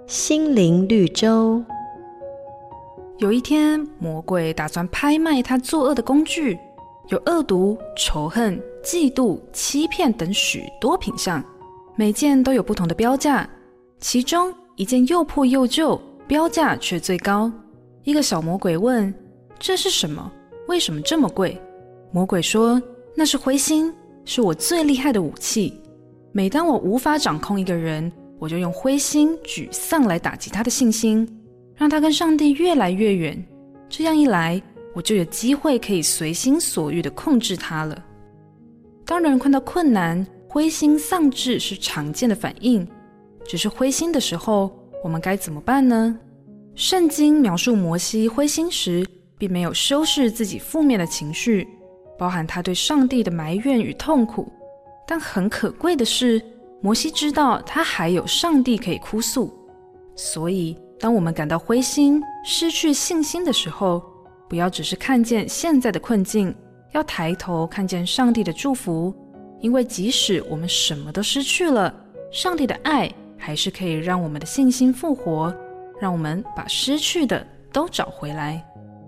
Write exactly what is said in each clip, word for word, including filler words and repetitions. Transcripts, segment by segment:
心灵绿洲。 有一天，魔鬼打算拍卖他作恶的工具，有恶毒、仇恨、嫉妒、欺骗等许多品项，每件都有不同的标价，其中一件又破又旧，标价却最高。一个小魔鬼问：这是什么？为什么这么贵？魔鬼说：那是灰心，是我最厉害的武器。每当我无法掌控一个人，我就用灰心、沮丧来打击他的信心，让他跟上帝越来越远。这样一来，我就有机会可以随心所欲地控制他了。当人碰到困难，灰心丧志是常见的反应。只是灰心的时候，我们该怎么办呢？圣经描述摩西灰心时，并没有修饰自己负面的情绪，包含他对上帝的埋怨与痛苦。但很可贵的是，摩西知道他还有上帝可以哭诉。所以当我们感到灰心、失去信心的时候，不要只是看见现在的困境，要抬头看见上帝的祝福。因为即使我们什么都失去了，上帝的爱还是可以让我们的信心复活，让我们把失去的都找回来。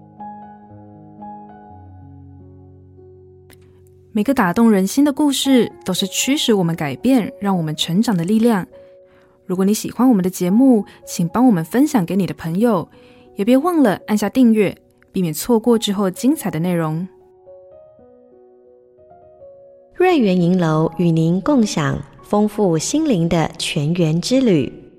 每个打动人心的故事都是驱使我们改变、让我们成长的力量。如果你喜欢我们的节目，请帮我们分享给你的朋友，也别忘了按下订阅，避免错过之后精彩的内容。 瑞园银楼与您共享丰富心灵的全员之旅。